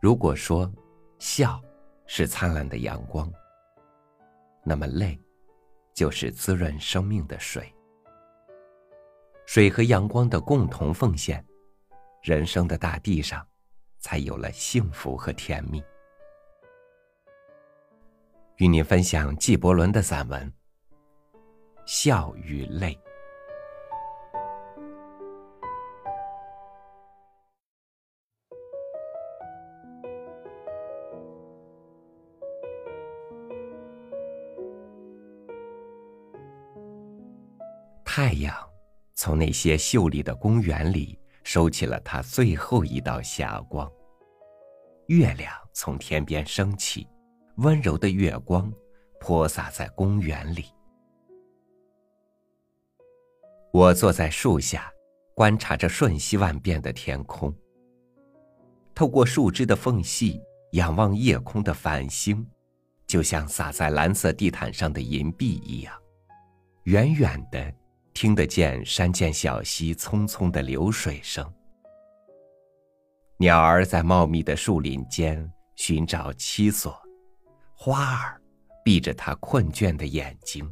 如果说笑是灿烂的阳光，那么泪就是滋润生命的水。水和阳光的共同奉献，人生的大地上才有了幸福和甜蜜。与您分享纪伯伦的散文《笑与泪》。太阳从那些秀丽的公园里收起了它最后一道霞光，月亮从天边升起，温柔的月光泼洒在公园里。我坐在树下，观察着瞬息万变的天空，透过树枝的缝隙仰望夜空的繁星，就像洒在蓝色地毯上的银币一样，远远的听得见山涧小溪匆匆的流水声。鸟儿在茂密的树林间寻找栖所，花儿闭着它困倦的眼睛。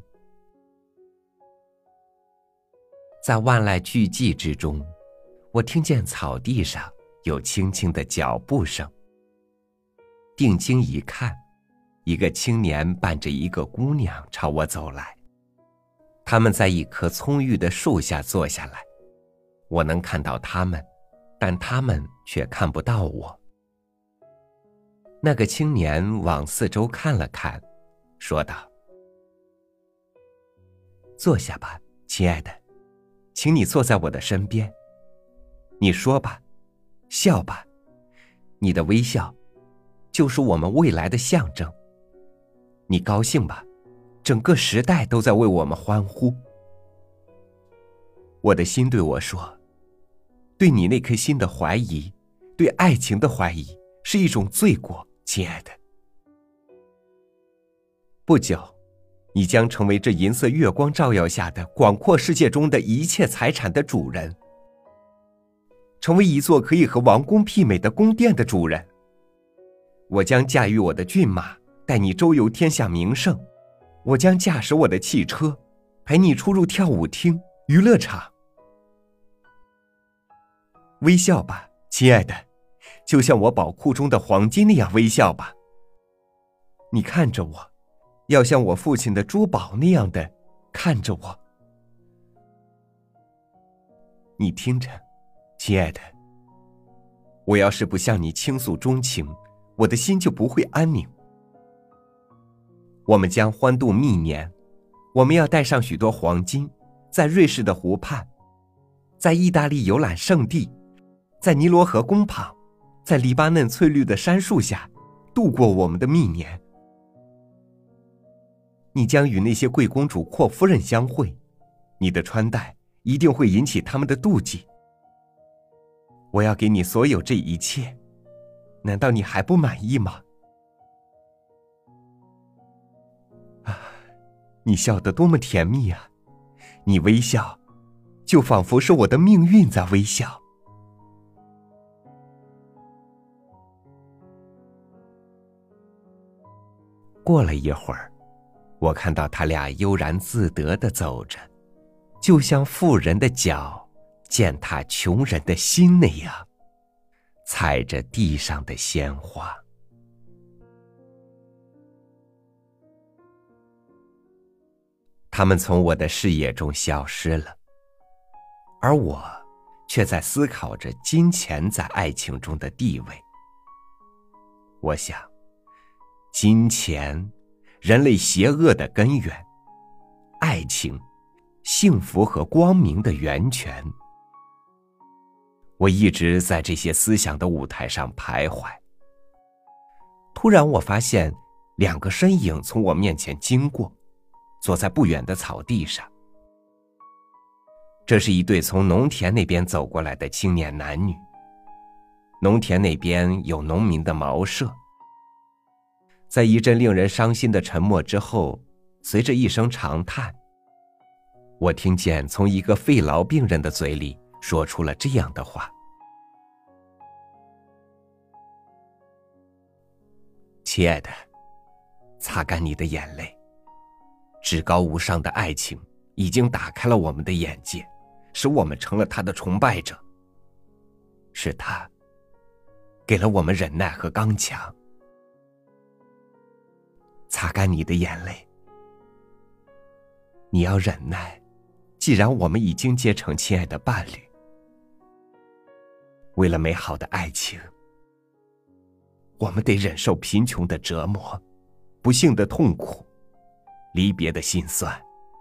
在万籁俱寂之中，我听见草地上有轻轻的脚步声。定睛一看，一个青年伴着一个姑娘朝我走来。他们在一棵葱郁的树下坐下来，我能看到他们，但他们却看不到我。那个青年往四周看了看，说道：“坐下吧，亲爱的，请你坐在我的身边。你说吧，笑吧，你的微笑就是我们未来的象征。你高兴吧，整个时代都在为我们欢呼。”我的心对我说，对你那颗心的怀疑，对爱情的怀疑，是一种罪过，亲爱的。不久，你将成为这银色月光照耀下的广阔世界中的一切财产的主人，成为一座可以和王宫媲美的宫殿的主人。我将驾驭我的骏马，带你周游天下名胜。我将驾驶我的汽车，陪你出入跳舞厅、娱乐场。微笑吧，亲爱的，就像我宝库中的黄金那样微笑吧。你看着我，要像我父亲的珠宝那样的看着我。你听着，亲爱的，我要是不向你倾诉衷情，我的心就不会安宁。我们将欢度密年，我们要带上许多黄金，在瑞士的湖畔，在意大利游览胜地，在尼罗河宫旁，在黎巴嫩翠绿的杉树下度过我们的密年。你将与那些贵公主阔夫人相会，你的穿戴一定会引起他们的妒忌。我要给你所有这一切，难道你还不满意吗？你笑得多么甜蜜啊！你微笑，就仿佛是我的命运在微笑。过了一会儿，我看到他俩悠然自得地走着，就像富人的脚践踏穷人的心那样，踩着地上的鲜花。他们从我的视野中消失了，而我却在思考着金钱在爱情中的地位。我想，金钱，人类邪恶的根源；爱情，幸福和光明的源泉。我一直在这些思想的舞台上徘徊。突然我发现两个身影从我面前经过，坐在不远的草地上。这是一对从农田那边走过来的青年男女。农田那边有农民的茅舍。在一阵令人伤心的沉默之后，随着一声长叹，我听见从一个肺痨病人的嘴里说出了这样的话： 亲爱的，擦干你的眼泪。至高无上的爱情已经打开了我们的眼界，使我们成了他的崇拜者。是他给了我们忍耐和刚强。擦干你的眼泪，你要忍耐，既然我们已经结成亲爱的伴侣。为了美好的爱情，我们得忍受贫穷的折磨，不幸的痛苦，离别的心酸。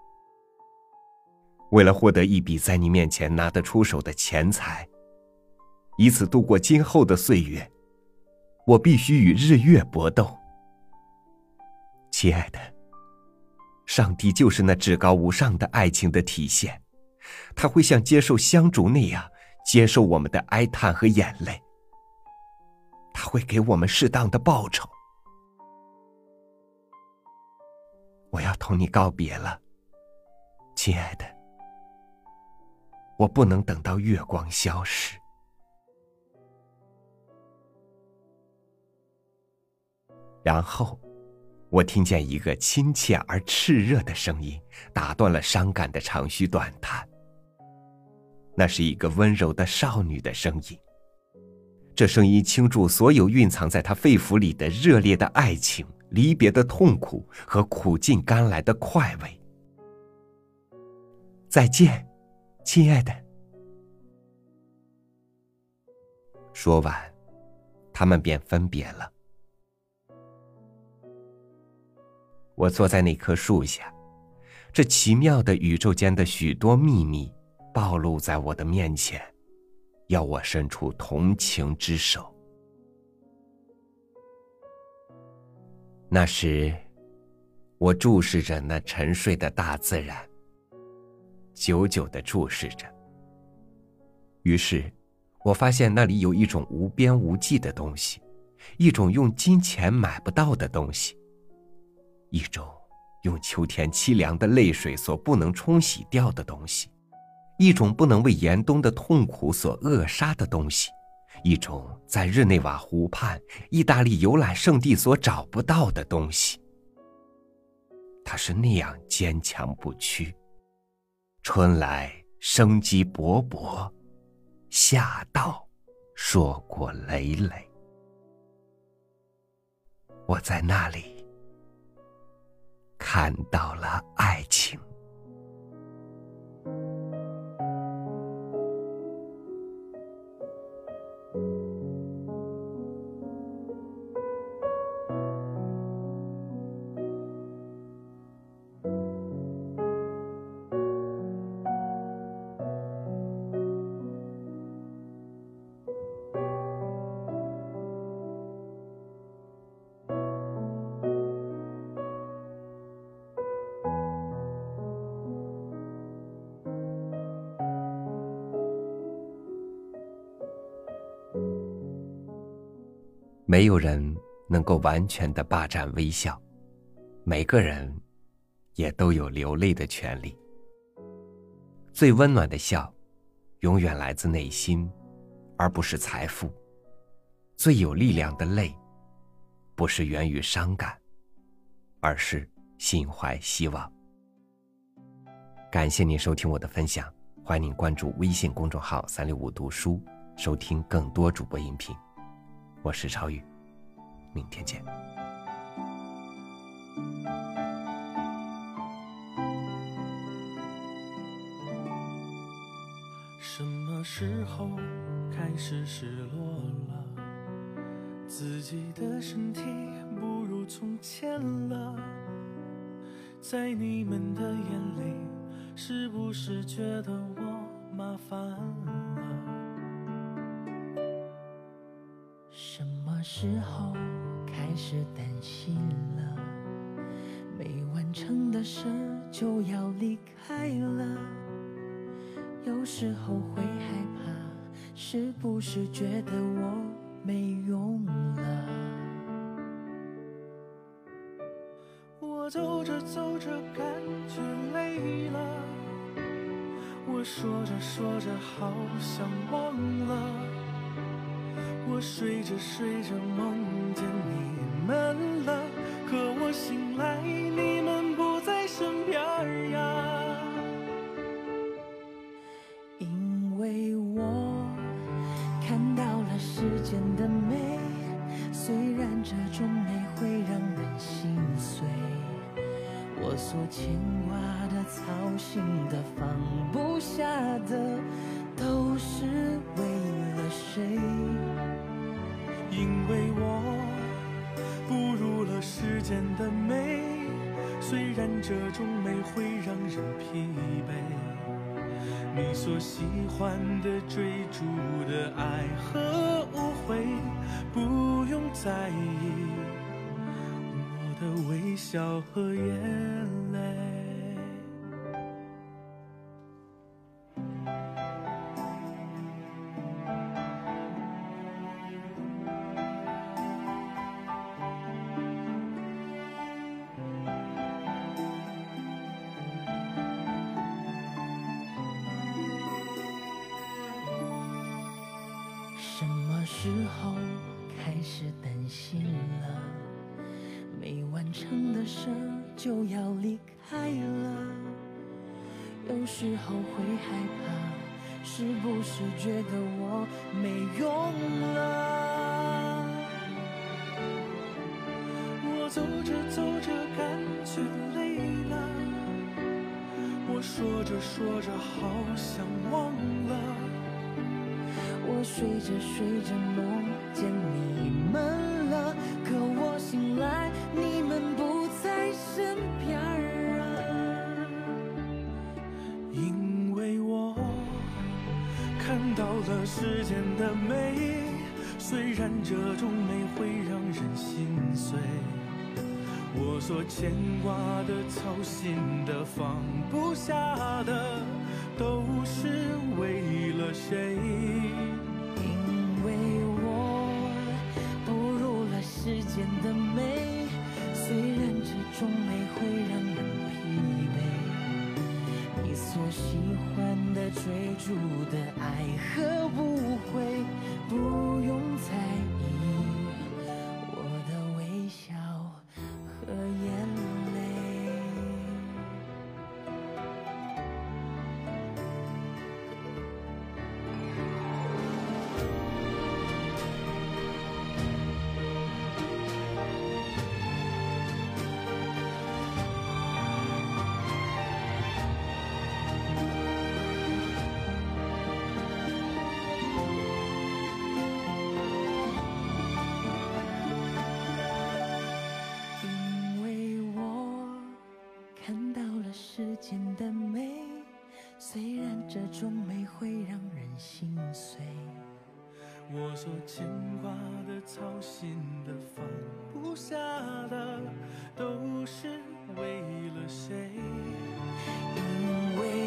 为了获得一笔在你面前拿得出手的钱财，以此度过今后的岁月，我必须与日月搏斗。亲爱的，上帝就是那至高无上的爱情的体现，他会像接受香烛那样接受我们的哀叹和眼泪，他会给我们适当的报酬。我要同你告别了，亲爱的，我不能等到月光消失。然后我听见一个亲切而炽热的声音打断了伤感的长吁短叹。那是一个温柔的少女的声音，这声音倾注所有蕴藏在她肺腑里的热烈的爱情、离别的痛苦和苦尽甘来的快慰。再见，亲爱的。说完，他们便分别了。我坐在那棵树下，这奇妙的宇宙间的许多秘密暴露在我的面前，要我伸出同情之手。那时，我注视着那沉睡的大自然，久久地注视着。于是，我发现那里有一种无边无际的东西，一种用金钱买不到的东西，一种用秋天凄凉的泪水所不能冲洗掉的东西，一种不能为严冬的痛苦所扼杀的东西，一种在日内瓦湖畔、意大利游览胜地所找不到的东西。它是那样坚强不屈，春来生机勃勃，夏到硕果累累。我在那里看到了爱情。没有人能够完全的霸占微笑，每个人也都有流泪的权利。最温暖的笑永远来自内心，而不是财富。最有力量的泪不是源于伤感，而是心怀希望。感谢您收听我的分享，欢迎您关注微信公众号365读书，收听更多主播音频。我是超宇，明天见。 什么时候开始失落了？自己的身体不如从前了。在你们的眼里，是不是觉得我麻烦了？ 什么时候开始担心了？没完成的事就要离开了。有时候会害怕，是不是觉得我没用了？ 我走着走着感觉累了，我说着说着好像忘了，我睡着睡着梦见你们了，可我醒来，你们不在身边呀。 因为我看到了世间的美，虽然这种美会让人心碎。我所牵挂的、操心的、放不下的，都是为了谁？ 因为我步入了世间的美，虽然这种美会让人疲惫。你所喜欢的、追逐的爱和误会，不用在意我的微笑和眼泪。 什么时候开始担心了？没完成的事儿就要离开了。有时候会害怕，是不是觉得我没用了？ 我走着走着感觉累了，我说着说着好像忘了。 我睡着睡着梦见你们了，可我醒来，你们不在身边啊。 因为我看到了世间的美，虽然这种美会让人心碎。我所牵挂的、操心的、放不下的，都是为了谁？ 因为我步入了世间的美，虽然这种美会让人疲惫。你所喜欢的、追逐的爱和误会，不用在意我的微笑和眼泪。因为我看到了世间的美，虽然这种美会让人心碎。 我所牵挂的、操心的、放不下的，都是为了谁？ 因为